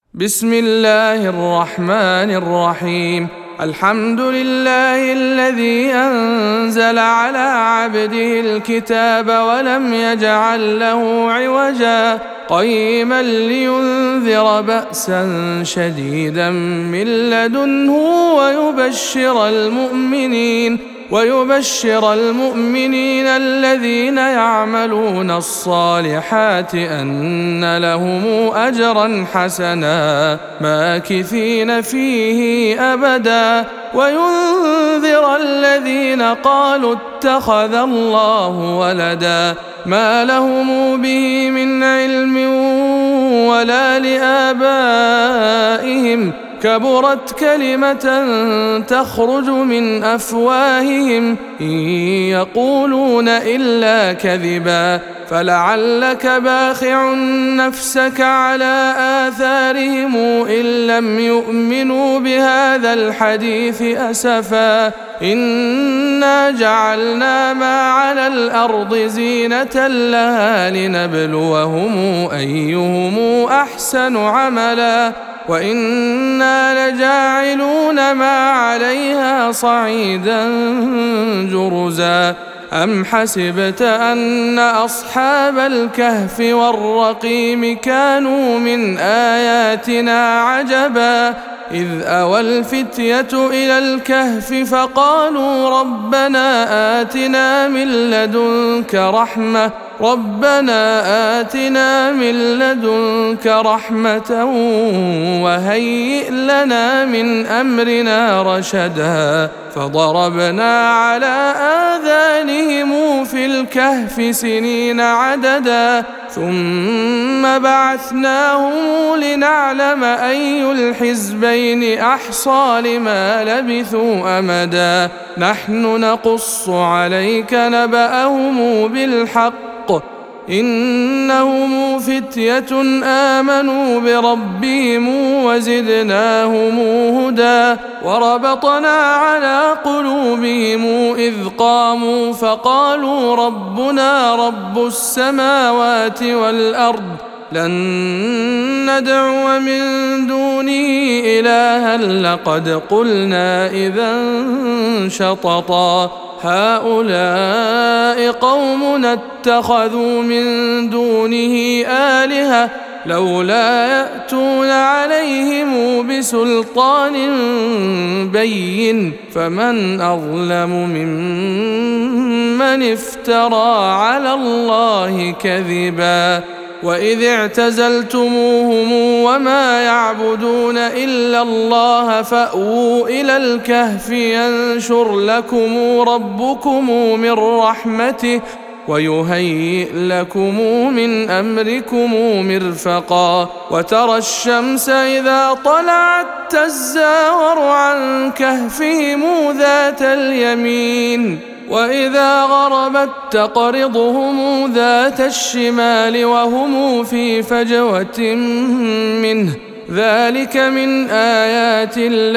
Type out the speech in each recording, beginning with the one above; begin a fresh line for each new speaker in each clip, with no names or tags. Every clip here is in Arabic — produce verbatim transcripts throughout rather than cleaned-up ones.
بسم الله الرحمن الرحيم. الحمد لله الذي أنزل على عبده الكتاب ولم يجعل له عوجا قيما لينذر بأسا شديدا من لدنه ويبشر المؤمنين ويبشر المؤمنين الذين يعملون الصالحات أن لهم أجرا حسنا ماكثين فيه أبدا وينذر الذين قالوا اتخذ الله ولدا ما لهم به من علم ولا لآبائهم كبرت كلمة تخرج من أفواههم إن يقولون إلا كذبا فلعلك باخع نفسك على آثارهم إن لم يؤمنوا بهذا الحديث أسفا إنا جعلنا ما على الأرض زينة لها لنبلوهم أيهم أحسن عملا وإنا لجاعلون ما عليها صعيدا جرزا أم حسبت أن أصحاب الكهف والرقيم كانوا من آياتنا عجبا إذ أوى الفتية إلى الكهف فقالوا ربنا آتنا من لدنك رحمة ربنا آتنا من لدنك رحمة وهيئ لنا من أمرنا رشدا فضربنا على آذانهم في الكهف سنين عددا ثم بعثناهم لنعلم أي الحزبين أحصى لما لبثوا أمدا نحن نقص عليك نبأهم بالحق إنهم فتية آمنوا بربهم وزدناهم هدى وربطنا على قلوبهم إذ قاموا فقالوا ربنا رب السماوات والأرض لن ندعو من دونه إلها لقد قلنا إذا شططا هؤلاء قومنا اتخذوا من دونه آلهة لولا يأتون عليهم بسلطان بين فمن أظلم ممن افترى على الله كذبا وإذ اعتزلتموهم وما يعبدون إلا الله فأووا إلى الكهف ينشر لكم ربكم من رحمته ويهيئ لكم من أمركم مرفقا وترى الشمس إذا طلعت تزاور عن كهفهم ذات اليمين وإذا غربت تقرضهم ذات الشمال وهم في فجوة منه ذلك من آيات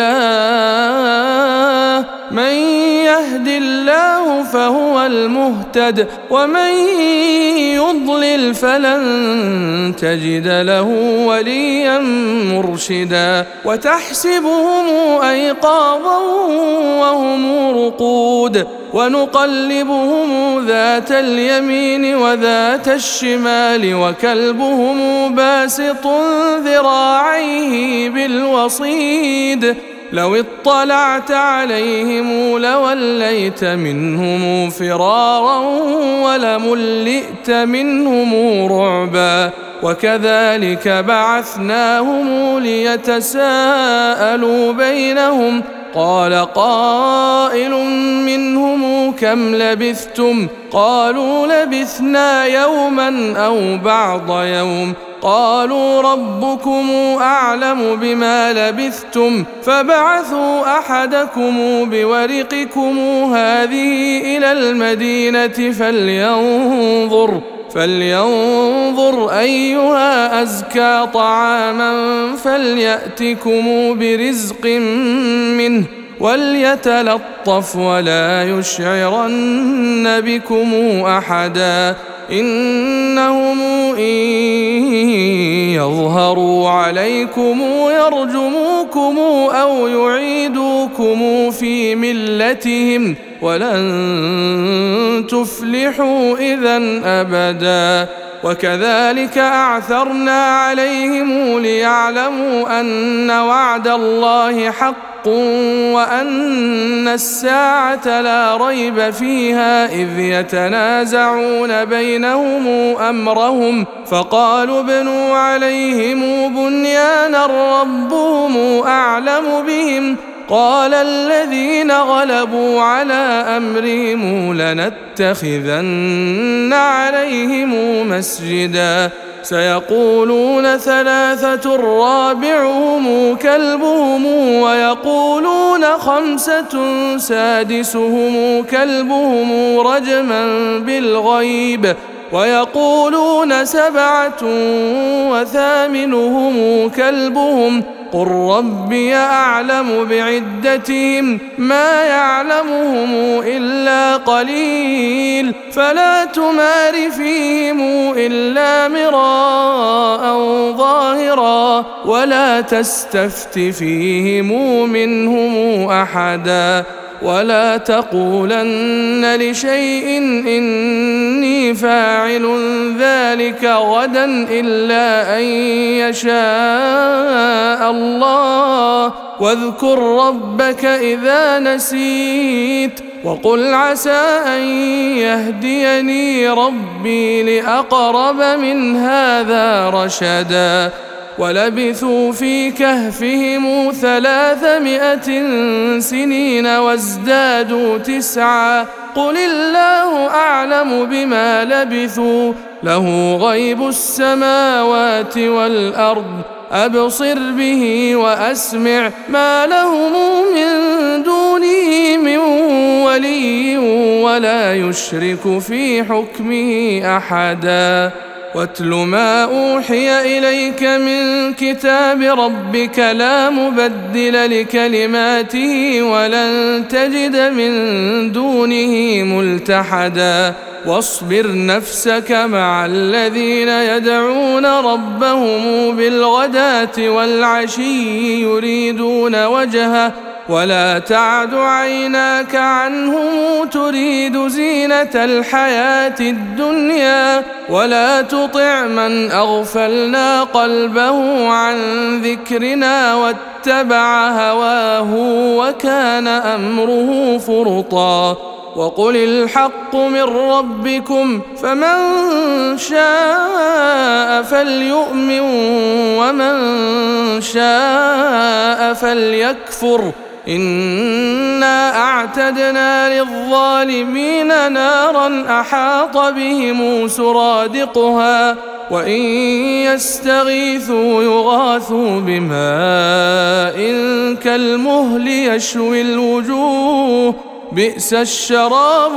الله من يهد الله فهو المهتد ومن يضلل فلن تجد له وليا مرشدا وتحسبهم أيقاظا وهم رقود ونقلبهم ذات اليمين وذات الشمال وكلبهم باسط ذراعيه بالوصيد لو اطلعت عليهم لوليت منهم فرارا ولملئت منهم رعبا وكذلك بعثناهم ليتساءلوا بينهم قال قائل منهم كم لبثتم قالوا لبثنا يوما أو بعض يوم قالوا ربكم أعلم بما لبثتم فبعثوا أحدكم بورقكم هذه إلى المدينة فلينظر فلينظر أيها أزكى طعاما فليأتكم برزق منه وليتلطف ولا يشعرن بكم أحدا إنهم إن يظهروا عليكم يرجموكم أو يعيدوكم في ملتهم ولن تفلحوا إذن أبدا وكذلك أعثرنا عليهم ليعلموا أن وعد الله حق وأن الساعة لا ريب فيها إذ يتنازعون بينهم أمرهم فقالوا ابنوا عليهم بنيانا ربهم أعلم بهم قال الذين غلبوا على أمرهم لنتخذن عليهم مسجدا سيقولون ثلاثة رابعهم كلبهم ويقولون خمسة سادسهم كلبهم رجما بالغيب ويقولون سبعة وثامنهم كلبهم قل ربي أعلم بعدتهم ما يعلمهم إلا قليل فلا تمار فيهم إلا مراء ظاهرا ولا تستفت فيهم منهم أحدا ولا تقولن لشيء إني فاعل ذلك غدا إلا أن يشاء الله واذكر ربك إذا نسيت وقل عسى أن يهديني ربي لأقرب من هذا رشدا ولبثوا في كهفهم ثلاثمائة سنين وازدادوا تسعا قل الله أعلم بما لبثوا له غيب السماوات والأرض أبصر به وأسمع ما لهم من دونه من ولي ولا يشرك في حكمه أحدا واتل ما أوحي إليك من كتاب ربك لا مبدل لكلماته ولن تجد من دونه ملتحدا واصبر نفسك مع الذين يدعون ربهم بالغداة والعشي يريدون وجهه ولا تعد عيناك عنهم تريد زينة الحياة الدنيا ولا تطع من أغفلنا قلبه عن ذكرنا واتبع هواه وكان أمره فرطا وقل الحق من ربكم فمن شاء فليؤمن ومن شاء فليكفر إنا أعتدنا للظالمين نارا أحاط بهم سرادقها وإن يستغيثوا يغاثوا بماء كالمهل يشوي الوجوه بئس الشراب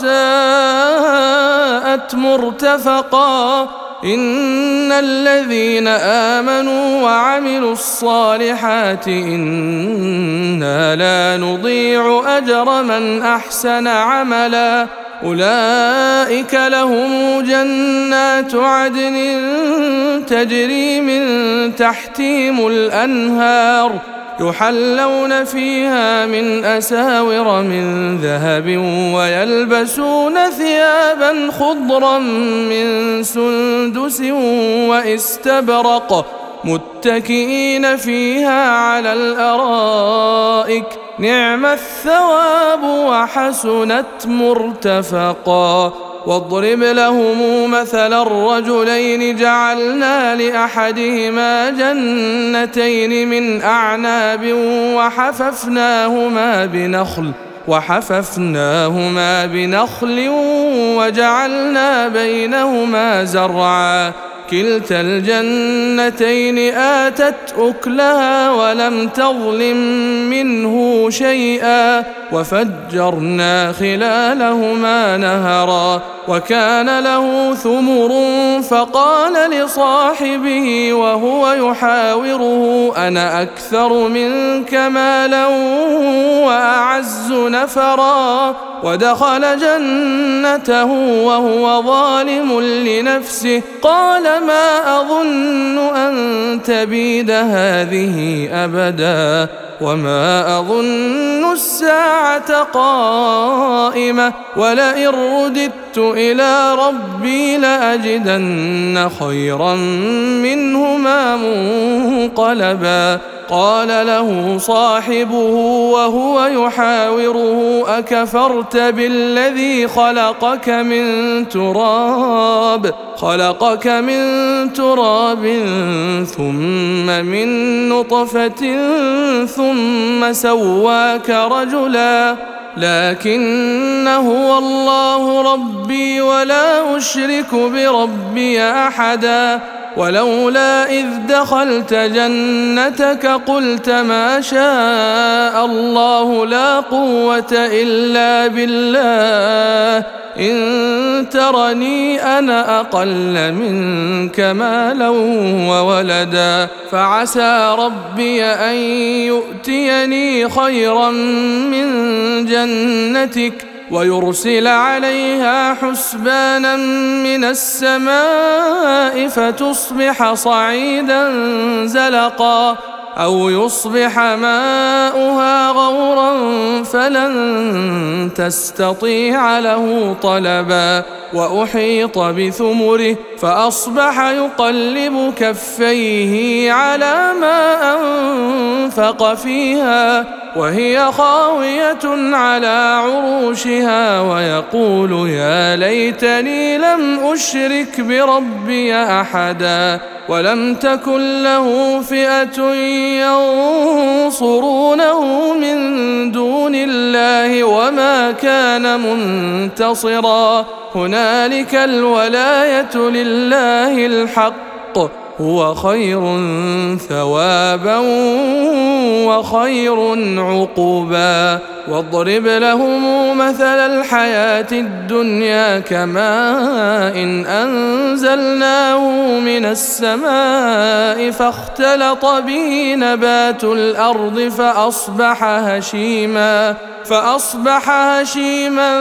وساءت مرتفقا إن الذين آمنوا وعملوا الصالحات إنا لا نضيع أجر من أحسن عملا أولئك لهم جنات عدن تجري من تحتهم الأنهار يحلون فيها من أساور من ذهب ويلبسون ثيابا خضرا من سندس واستبرق متكئين فيها على الأرائك نعم الثواب وحسنت مرتفقا واضرب لهم مثل الرجلين جعلنا لأحدهما جنتين من أعناب وحففناهما بنخل وحففناهما بنخل وجعلنا بينهما زرعا كلتا الجنتين آتت أكلها ولم تظلم منه شيئا وفجرنا خلالهما نهرا وكان له ثمر فقال لصاحبه وهو يحاوره أنا أكثر منك مالا وأعز نفرا ودخل جنته وهو ظالم لنفسه قال ما أظن أن تبيد هذه أبدا وما أظن الساعة قائمة ولئن رددت إلى ربي لأجدن خيرا منهما منقلبا قال له صاحبه وهو يحاوره أكفرت بالذي خلقك من تراب خلقك من تراب ثم من نطفة ثم سواك رجلا لكن هو الله ربي ولا أشرك بربي أحدا ولولا إذ دخلت جنتك قلت ما شاء الله لا قوة إلا بالله إن ترني أنا أقل منك مالا وولدا فعسى ربي أن يؤتيني خيرا من جنتك ويرسل عليها حسبانا من السماء فتصبح صعيدا زلقا أو يصبح ماؤها غورا فلن تستطيع له طلبا وأحيط بثمره فأصبح يقلب كفيه على ما أنفق فيها وهي خاوية على عروشها ويقول يا ليتني لم أشرك بربي أحدا ولم تكن له فئة ينصرونه من دون الله وما كان منتصرا هنالك الولاية لله الحق هو خير ثوابا وخير عقبا واضرب لهم مثل الحياة الدنيا كماء إن أنزلناه من السماء فاختلط به نبات الأرض فأصبح هشيما فأصبح هشيما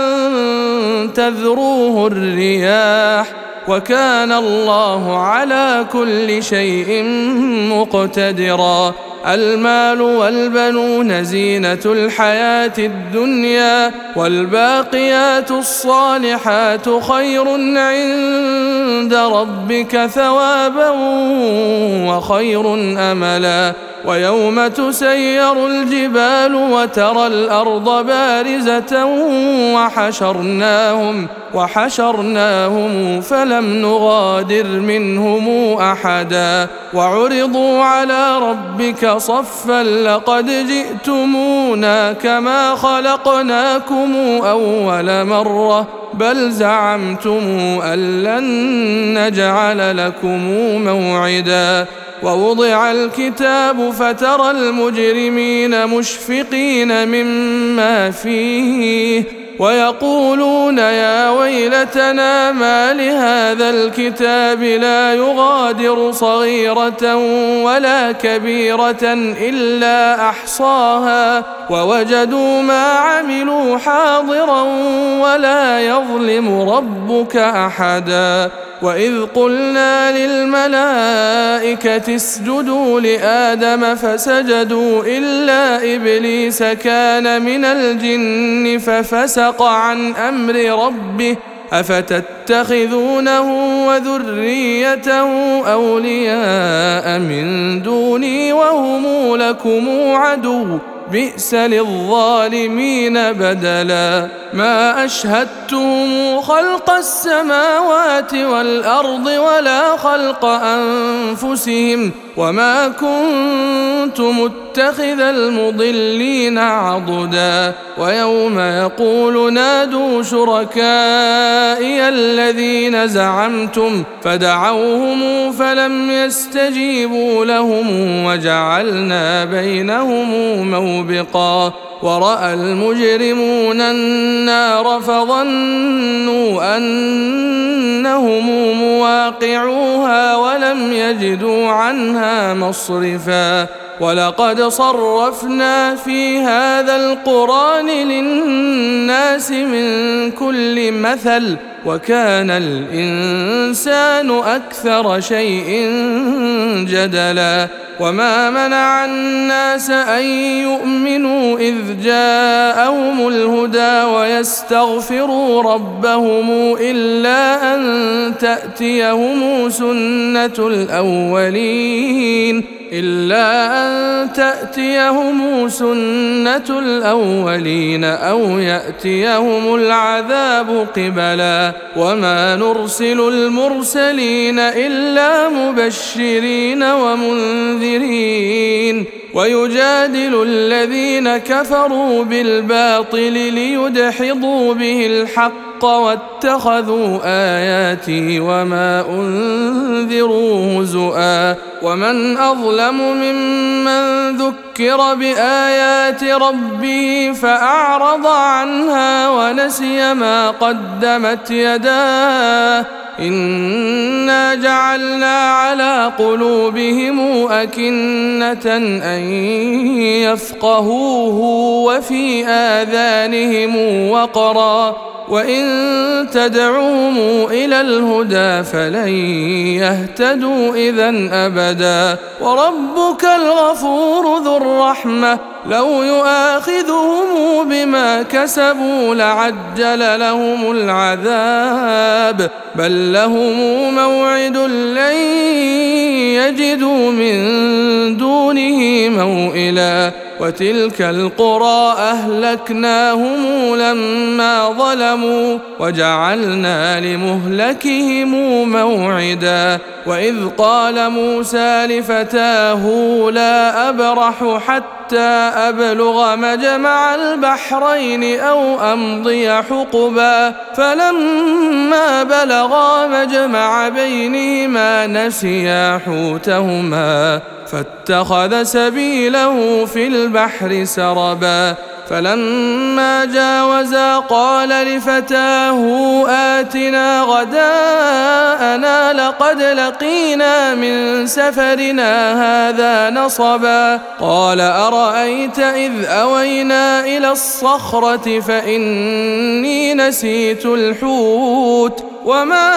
تذروه الرياح وكان الله على كل شيء مقتدرا المال والبنون زينة الحياة الدنيا والباقيات الصالحات خير عند ربك ثوابا وخير أملا ويوم تسير الجبال وترى الأرض بارزة وحشرناهم وحشرناهم فلم نغادر منهم أحدا وعرضوا على ربك صفا لقد جئتمونا كما خلقناكم أول مرة بل زعمتم أن لن نجعل لكم موعدا ووضع الكتاب فترى المجرمين مشفقين مما فيه ويقولون يا ويلتنا ما لهذا الكتاب لا يغادر صغيرة ولا كبيرة إلا أحصاها ووجدوا ما عملوا حاضرا ولا يظلم ربك أحدا وإذ قلنا للملائكة اسجدوا لآدم فسجدوا إلا إبليس كان من الجن ففسق عن أمر ربه أفتتخذونه وذريته أولياء من دوني وهم لكم عدو بئس للظالمين بدلا ما أشهدتهم خلق السماوات والأرض ولا خلق أنفسهم وما كنت كنت متخذ المضلين عضدا ويوم يقول نادوا شركائي الذين زعمتم فدعوهم فلم يستجيبوا لهم وجعلنا بينهم موبقا ورأى المجرمون النار فظنوا أنهم مواقعوها ولم يجدوا عنها مصرفا ولقد صرفنا في هذا القرآن للناس من كل مثل وكان الإنسان أكثر شيء جدلا وما منع الناس أن يؤمنوا إذ جاءهم الهدى ويستغفروا ربهم إلا أن تأتيهم سنة الأولين إلا أن تأتيهم سنة الأولين أو يأتيهم العذاب قبلا وما نرسل المرسلين إلا مبشرين ومنذرين ويجادل الذين كفروا بالباطل ليدحضوا به الحق واتخذوا آياتي وما أنذروا هزؤا ومن أظلم ممن ذكر بآيات ربه فأعرض عنها ونسي ما قدمت يداه إنا جعلنا على قلوبهم أكنة أن يفقهوه وفي آذانهم وقرا وإن تدعوهم إلى الهدى فلن يهتدوا إذن أبدا وربك الغفور ذو الرحمة لو يؤاخذهم بما كسبوا لعجل لهم العذاب بل لهم موعد لن يجدوا من دونه موئلا وتلك القرى أهلكناهم لما ظلموا وجعلنا لمهلكهم موعدا وإذ قال موسى لفتاه لا أبرح حتى أبلغ مجمع البحرين أو أمضي حقبا فلما بلغا مجمع بينهما نسيا حوتهما فاتخذ سبيله في البحر سربا فلما جاوزا قال لفتاه آتنا غداءنا لقد لقينا من سفرنا هذا نصبا قال أرأيت إذ أوينا إلى الصخرة فإني نسيت الحوت وما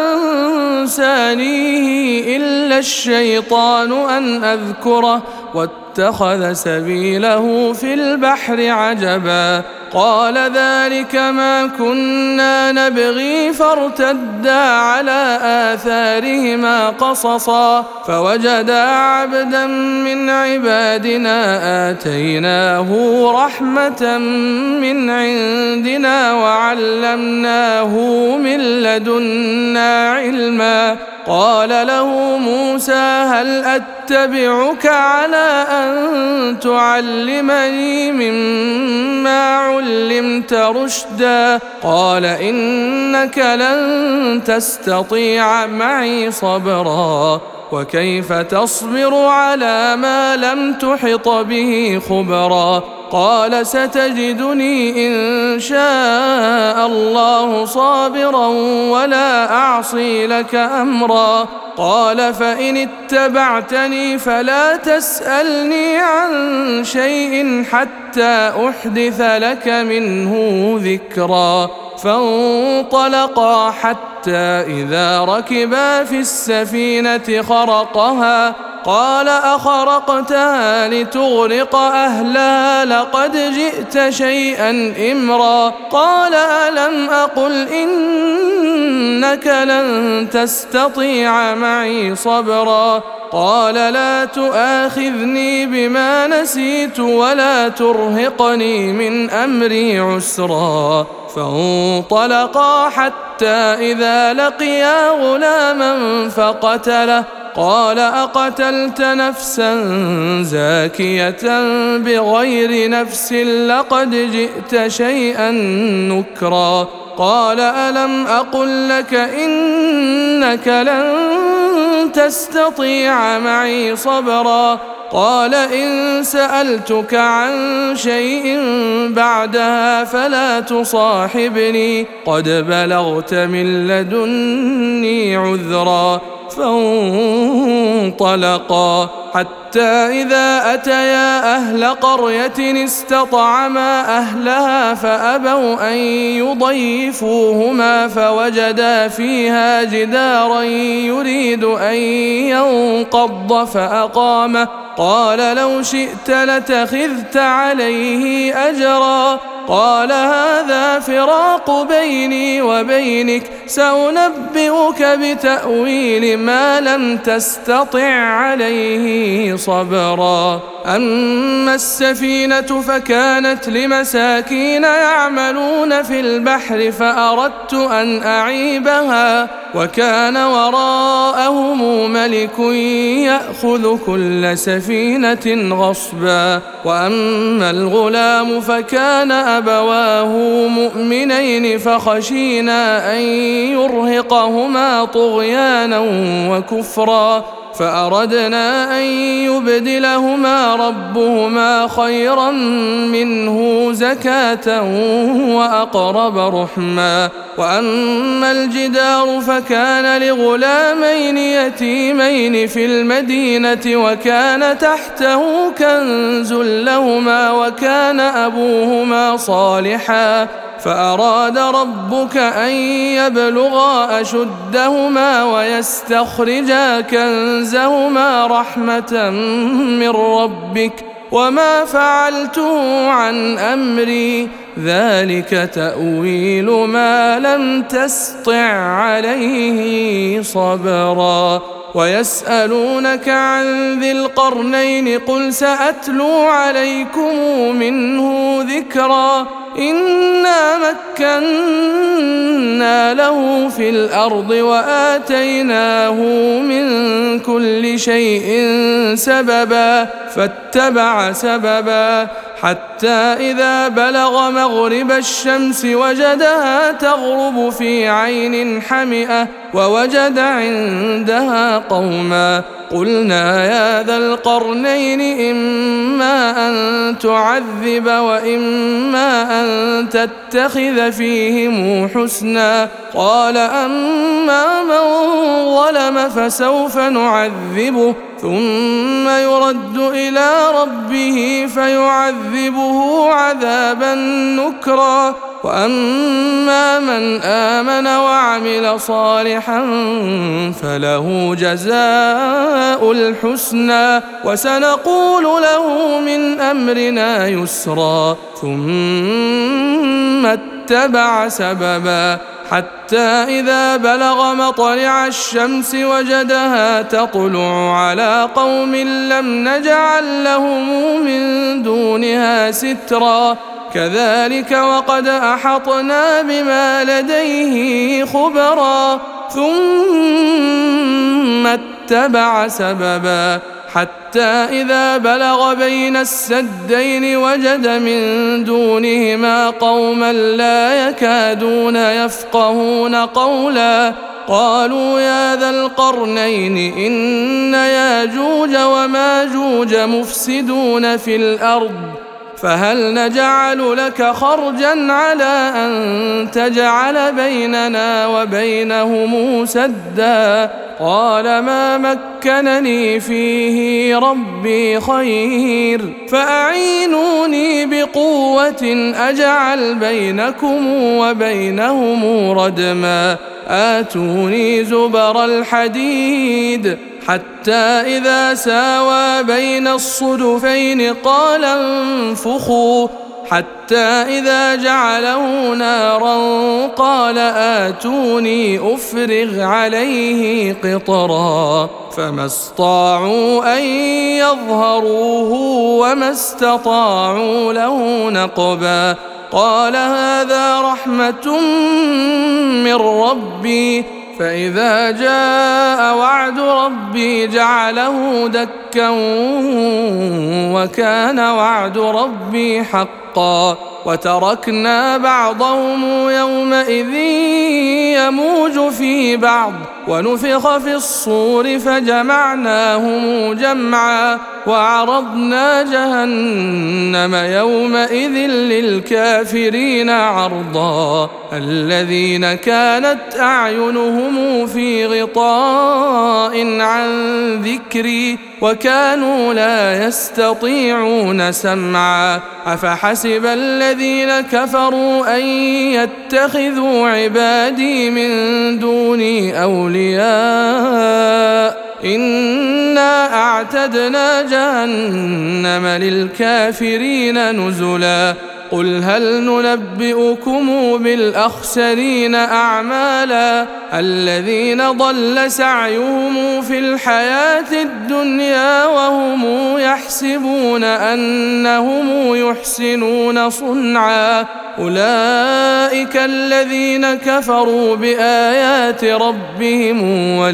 أنسانيه إلا الشيطان أن أذكره واتخذ سبيله في البحر عجبا قال ذلك ما كنا نبغي فارتدا على آثارهما قصصا فوجدا عبدا من عبادنا آتيناه رحمة من عندنا وعلمناه من لدنا علما قال له موسى هل أتبعك على أن تعلمني مما علمت رشدا قال إنك لن تستطيع معي صبرا وكيف تصبر على ما لم تحط به خبرا قال ستجدني إن شاء الله صابرا ولا أعصي لك أمرا قال فإن اتبعتني فلا تسألني عن شيء حتى أحدث لك منه ذكرا فانطلقا حتى إذا ركبا في السفينة خرقها قال أخرقتها لتغرق أهلها لقد جئت شيئا إمرا قال ألم أقل إنك لن تستطيع معي صبرا قال لا تؤاخذني بما نسيت ولا ترهقني من أمري عسرا فانطلقا حتى إذا لقيا غلاما فقتله قال أقتلت نفسا زاكية بغير نفس لقد جئت شيئا نكرا قال ألم أقل لك إنك لن تستطيع معي صبرا قال إن سألتك عن شيء بعدها فلا تصاحبني قد بلغت من لدني عذرا فانطلقا حتى إذا أتيا أهل قرية استطعما أهلها فأبوا أن يضيفوهما فوجدا فيها جدارا يريد أن ينقض فأقامه قال لو شئت لاتخذت عليه أجرا قال هذا فراق بيني وبينك سأنبئك بتأويل ما لم تستطع عليه صبرا أما السفينة فكانت لمساكين يعملون في البحر فأردت أن أعيبها وكان وراءهم ملك يأخذ كل سفينة غصبا وأما الغلام فكان أبواه مؤمنين فخشينا أن يرهقهما طغيانا وكفرا فأردنا أن يبدلهما ربهما خيرا منه زكاة وأقرب رحما وأما الجدار فكان لغلامين يتيمين في المدينة وكان تحته كنز لهما وكان أبوهما صالحا فأراد ربك أن يبلغا أشدهما ويستخرجا كنزهما رحمة من ربك وما فعلته عن أمري ذلك تأويل ما لم تسطع عليه صبرا ويسألونك عن ذي القرنين قل سأتلو عليكم منه ذكرا إنا مكنا له في الأرض وآتيناه من كل شيء سببا فاتبع سببا حتى إذا بلغ مغرب الشمس وجدها تغرب في عين حمئة ووجد عندها قوما قلنا يا ذا القرنين إما أن تعذب وإما أن تتخذ فيهم حسنا قال أما من ظلم فسوف نعذبه ثم يرد إلى ربه فيعذبه عذابا نكرا وأما من آمن وعمل صالحا فله جزاء الحسنى وسنقول له من أمرنا يسرا ثم اتبع سببا حتى إذا بلغ مطلع الشمس وجدها تطلع على قوم لم نجعل لهم من دونها سترا كذلك وقد أحطنا بما لديه خبرا ثم اتبع سببا حتى إذا بلغ بين السدين وجد من دونهما قوما لا يكادون يفقهون قولا قالوا يا ذا القرنين إن ياجوج وماجوج مفسدون في الأرض فهل نجعل لك خرجا على أن تجعل بيننا وبينهم سدا قال ما مكنني فيه ربي خير فأعينوني بقوة أجعل بينكم وبينهم ردما آتوني زبر الحديد حتى إذا ساوى بين الصدفين قال انفخوا حتى إذا جعله نارا قال آتوني أفرغ عليه قطرا فما استطاعوا أن يظهروه وما استطاعوا له نقبا قال هذا رحمة من ربي فإذا جاء وعد ربي جعله دكا وكان وعد ربي حقا وتركنا بعضهم يومئذ يموج في بعض ونفخ في الصور فجمعناهم جمعا وعرضنا جهنم يومئذ للكافرين عرضا الذين كانت أعينهم في غطاء عن ذكري وكانوا لا يستطيعون سمعا أفحسب الذين كفروا أن يتخذوا عبادي من دوني أولياء إنا أعتدنا جهنم للكافرين نزلا قل هل ننبئكم بالأخسرين أعمالا الذين ضل سعيهم في الحياة الدنيا وهم يحسبون أنهم يحسنون صنعا أولئك الذين كفروا بآيات ربهم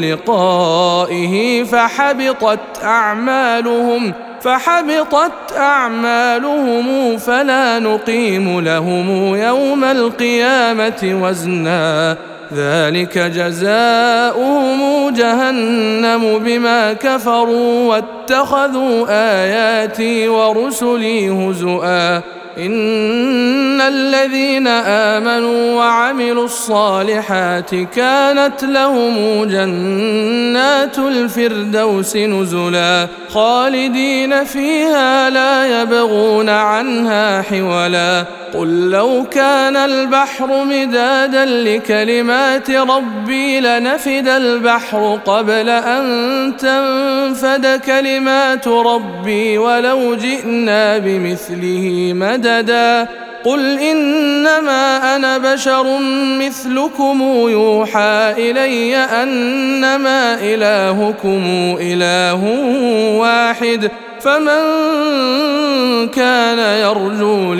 ولقائه فحبطت أعمالهم فحبطت أعمالهم فلا نقيم لهم يوم القيامة وزنا ذلك جزاؤهم جهنم بما كفروا واتخذوا آياتي ورسلي هزؤا إن الذين آمنوا وعملوا الصالحات كانت لهم جنات الفردوس نزلا خالدين فيها لا يبغون عنها حولا قل لو كان البحر مدادا لكلمات ربي لنفد البحر قبل أن تنفد كلمات ربي ولو جئنا بمثله مددا قل إنما أنا بشر مثلكم يوحى إلي أنما إلهكم إله واحد فمن كان يرجو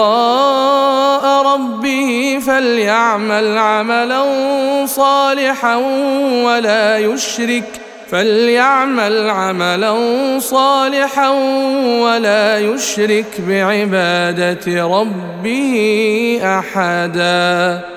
لقاء ربه فليعمل عملا صالحا ولا يشرك فليعمل عملا صالحا ولا يشرك بعبادة ربه أحدا.